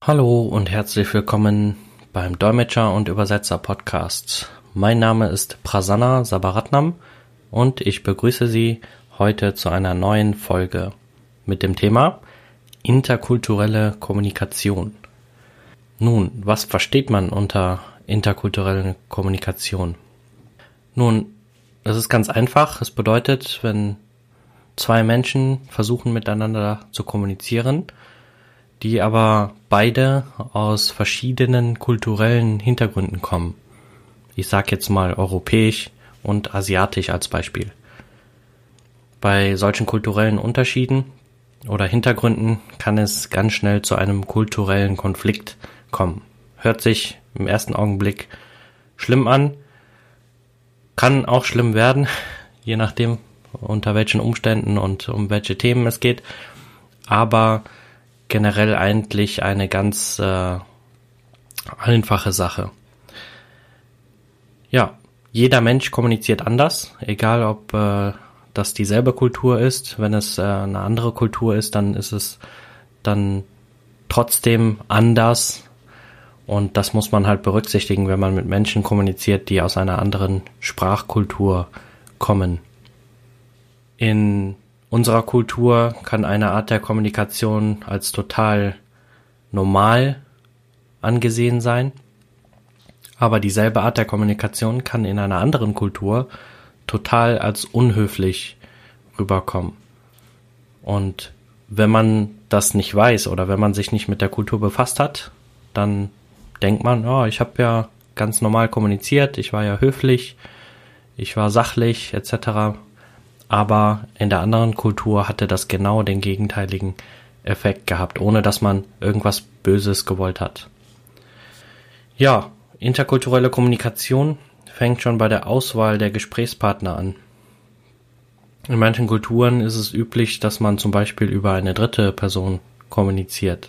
Hallo und herzlich willkommen beim Dolmetscher- und Übersetzer-Podcast. Mein Name ist Prasanna Sabaratnam und ich begrüße Sie heute zu einer neuen Folge mit dem Thema interkulturelle Kommunikation. Nun, was versteht man unter interkultureller Kommunikation? Nun, es ist ganz einfach. Es bedeutet, wenn zwei Menschen versuchen miteinander zu kommunizieren, die aber beide aus verschiedenen kulturellen Hintergründen kommen. Ich sage jetzt mal europäisch und asiatisch als Beispiel. Bei solchen kulturellen Unterschieden oder Hintergründen kann es ganz schnell zu einem kulturellen Konflikt kommen. Hört sich im ersten Augenblick schlimm an, kann auch schlimm werden, je nachdem unter welchen Umständen und um welche Themen es geht, aber generell eigentlich eine ganz einfache Sache. Ja, jeder Mensch kommuniziert anders, egal ob das dieselbe Kultur ist. Wenn es eine andere Kultur ist, dann ist es dann trotzdem anders. Und das muss man halt berücksichtigen, wenn man mit Menschen kommuniziert, die aus einer anderen Sprachkultur kommen. In unserer Kultur kann eine Art der Kommunikation als total normal angesehen sein, aber dieselbe Art der Kommunikation kann in einer anderen Kultur total als unhöflich rüberkommen. Und wenn man das nicht weiß oder wenn man sich nicht mit der Kultur befasst hat, dann denkt man, oh, ich habe ja ganz normal kommuniziert, ich war ja höflich, ich war sachlich etc., aber in der anderen Kultur hatte das genau den gegenteiligen Effekt gehabt, ohne dass man irgendwas Böses gewollt hat. Ja, interkulturelle Kommunikation fängt schon bei der Auswahl der Gesprächspartner an. In manchen Kulturen ist es üblich, dass man zum Beispiel über eine dritte Person kommuniziert.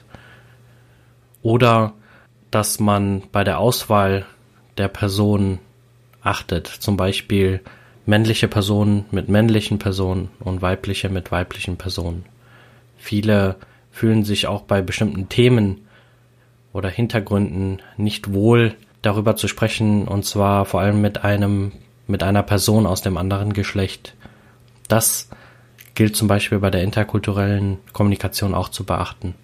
Oder dass man bei der Auswahl der Person achtet, zum Beispiel männliche Personen mit männlichen Personen und weibliche mit weiblichen Personen. Viele fühlen sich auch bei bestimmten Themen oder Hintergründen nicht wohl, darüber zu sprechen, und zwar vor allem mit einer Person aus dem anderen Geschlecht. Das gilt zum Beispiel bei der interkulturellen Kommunikation auch zu beachten.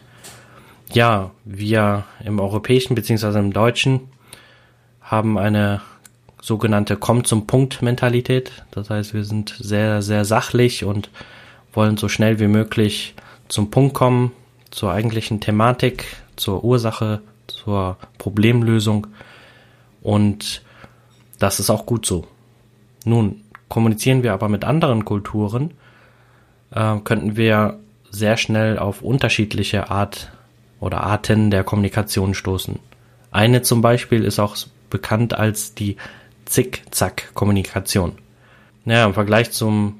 Ja, wir im Europäischen bzw. im Deutschen haben eine sogenannte Komm-zum-Punkt-Mentalität. Das heißt, wir sind sehr, sehr sachlich und wollen so schnell wie möglich zum Punkt kommen, zur eigentlichen Thematik, zur Ursache, zur Problemlösung. Und das ist auch gut so. Nun, kommunizieren wir aber mit anderen Kulturen, könnten wir sehr schnell auf unterschiedliche Arten der Kommunikation stoßen. Eine zum Beispiel ist auch bekannt als die Zickzack-Kommunikation. Ja, im Vergleich zum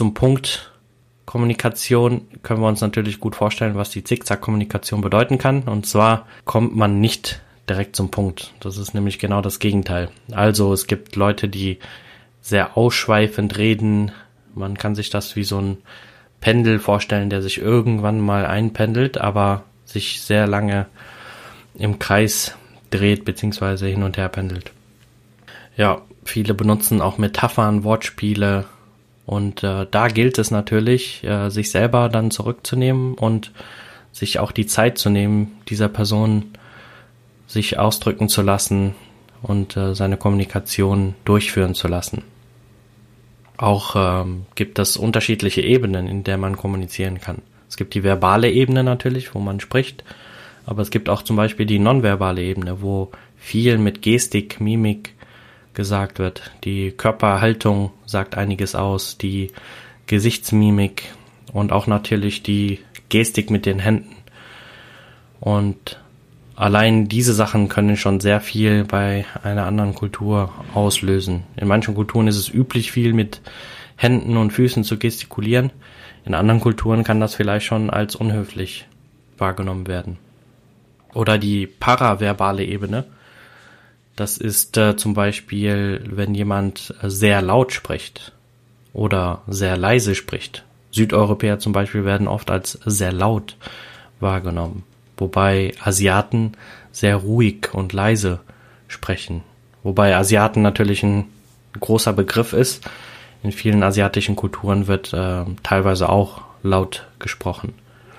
Komm-zum-Punkt-Kommunikation können wir uns natürlich gut vorstellen, was die Zickzack-Kommunikation bedeuten kann. Und zwar kommt man nicht direkt zum Punkt. Das ist nämlich genau das Gegenteil. Also es gibt Leute, die sehr ausschweifend reden. Man kann sich das wie so ein Pendel vorstellen, der sich irgendwann mal einpendelt, aber sich sehr lange im Kreis dreht bzw. hin und her pendelt. Ja, viele benutzen auch Metaphern, Wortspiele und da gilt es natürlich, sich selber dann zurückzunehmen und sich auch die Zeit zu nehmen, dieser Person sich ausdrücken zu lassen und seine Kommunikation durchführen zu lassen. Auch gibt es unterschiedliche Ebenen, in der man kommunizieren kann. Es gibt die verbale Ebene natürlich, wo man spricht, aber es gibt auch zum Beispiel die nonverbale Ebene, wo viel mit Gestik, Mimik gesagt wird. Die Körperhaltung sagt einiges aus, die Gesichtsmimik und auch natürlich die Gestik mit den Händen. Und allein diese Sachen können schon sehr viel bei einer anderen Kultur auslösen. In manchen Kulturen ist es üblich, viel mit Händen und Füßen zu gestikulieren. In anderen Kulturen kann das vielleicht schon als unhöflich wahrgenommen werden. Oder die paraverbale Ebene. Das ist zum Beispiel, wenn jemand sehr laut spricht oder sehr leise spricht. Südeuropäer zum Beispiel werden oft als sehr laut wahrgenommen. wobei Asiaten sehr ruhig und leise sprechen. Wobei Asiaten natürlich ein großer Begriff ist. In vielen asiatischen Kulturen wird teilweise auch laut gesprochen.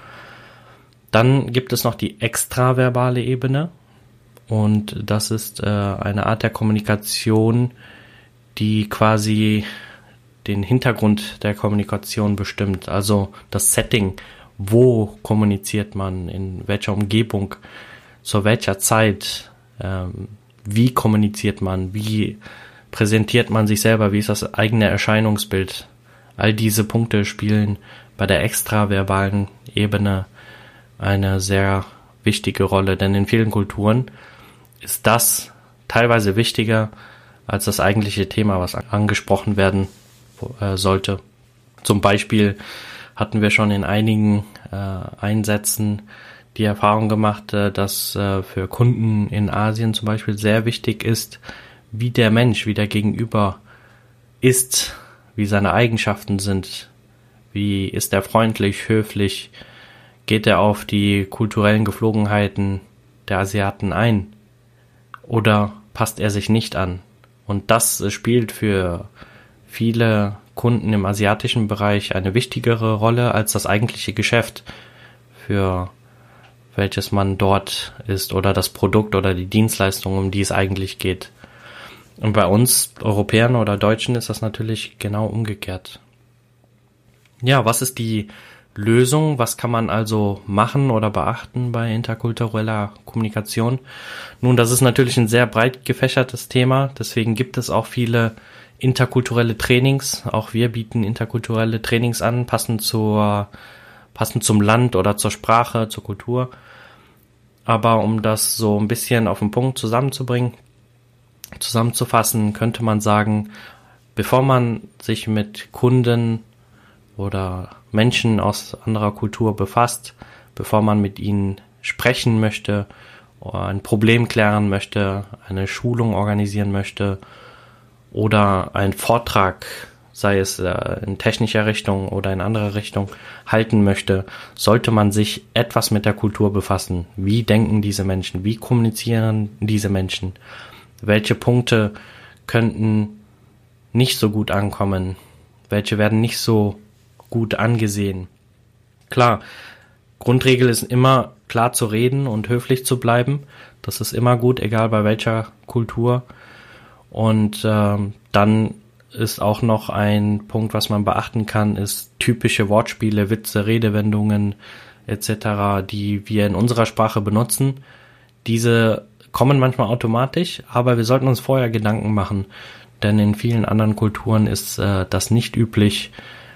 Dann gibt es noch die extraverbale Ebene und das ist eine Art der Kommunikation, die quasi den Hintergrund der Kommunikation bestimmt, also das Setting, wo kommuniziert man, in welcher Umgebung, zu welcher Zeit, wie kommuniziert man, wie präsentiert man sich selber, wie ist das eigene Erscheinungsbild. All diese Punkte spielen bei der extraverbalen Ebene eine sehr wichtige Rolle, denn in vielen Kulturen ist das teilweise wichtiger als das eigentliche Thema, was angesprochen werden sollte. Zum Beispiel hatten wir schon in einigen Einsätzen die Erfahrung gemacht, dass für Kunden in Asien zum Beispiel sehr wichtig ist, wie der Mensch, wie der Gegenüber ist, wie seine Eigenschaften sind, wie ist er freundlich, höflich, geht er auf die kulturellen Geflogenheiten der Asiaten ein oder passt er sich nicht an? Und das spielt für viele Kunden im asiatischen Bereich eine wichtigere Rolle als das eigentliche Geschäft, für welches man dort ist, oder das Produkt oder die Dienstleistung, um die es eigentlich geht. Und bei uns Europäern oder Deutschen ist das natürlich genau umgekehrt. Ja, was ist die Lösung? Was kann man also machen oder beachten bei interkultureller Kommunikation? Nun, das ist natürlich ein sehr breit gefächertes Thema, deswegen gibt es auch viele interkulturelle Trainings. Auch wir bieten interkulturelle Trainings an, passend zum Land oder zur Sprache, zur Kultur. Aber um das so ein bisschen auf den Punkt zusammenzufassen, könnte man sagen, bevor man sich mit Kunden oder Menschen aus anderer Kultur befasst, bevor man mit ihnen sprechen möchte, oder ein Problem klären möchte, eine Schulung organisieren möchte oder einen Vortrag, sei es in technischer Richtung oder in anderer Richtung, halten möchte, sollte man sich etwas mit der Kultur befassen. Wie denken diese Menschen? Wie kommunizieren diese Menschen? Welche Punkte könnten nicht so gut ankommen? Welche werden nicht so gut angesehen? Klar, Grundregel ist immer, klar zu reden und höflich zu bleiben. Das ist immer gut, egal bei welcher Kultur. Und dann ist auch noch ein Punkt, was man beachten kann, ist typische Wortspiele, Witze, Redewendungen etc., die wir in unserer Sprache benutzen. Diese kommen manchmal automatisch, aber wir sollten uns vorher Gedanken machen, denn in vielen anderen Kulturen ist das nicht üblich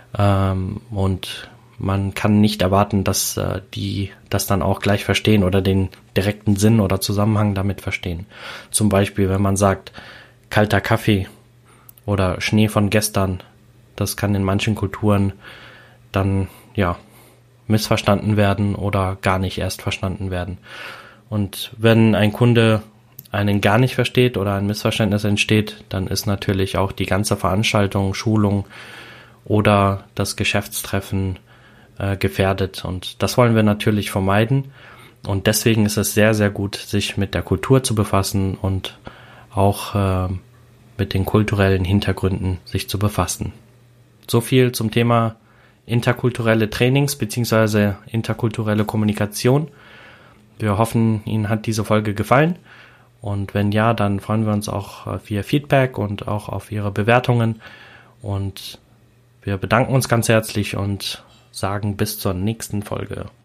und man kann nicht erwarten, dass die das dann auch gleich verstehen oder den direkten Sinn oder Zusammenhang damit verstehen. Zum Beispiel, wenn man sagt, kalter Kaffee oder Schnee von gestern, das kann in manchen Kulturen dann missverstanden werden oder gar nicht erst verstanden werden. Und wenn ein Kunde einen gar nicht versteht oder ein Missverständnis entsteht, dann ist natürlich auch die ganze Veranstaltung, Schulung oder das Geschäftstreffen gefährdet. Und das wollen wir natürlich vermeiden. Und deswegen ist es sehr, sehr gut, sich mit der Kultur zu befassen und auch mit den kulturellen Hintergründen sich zu befassen. So viel zum Thema interkulturelle Trainings bzw. interkulturelle Kommunikation. Wir hoffen, Ihnen hat diese Folge gefallen. Und wenn ja, dann freuen wir uns auch auf Ihr Feedback und auch auf Ihre Bewertungen. Und wir bedanken uns ganz herzlich und sagen bis zur nächsten Folge.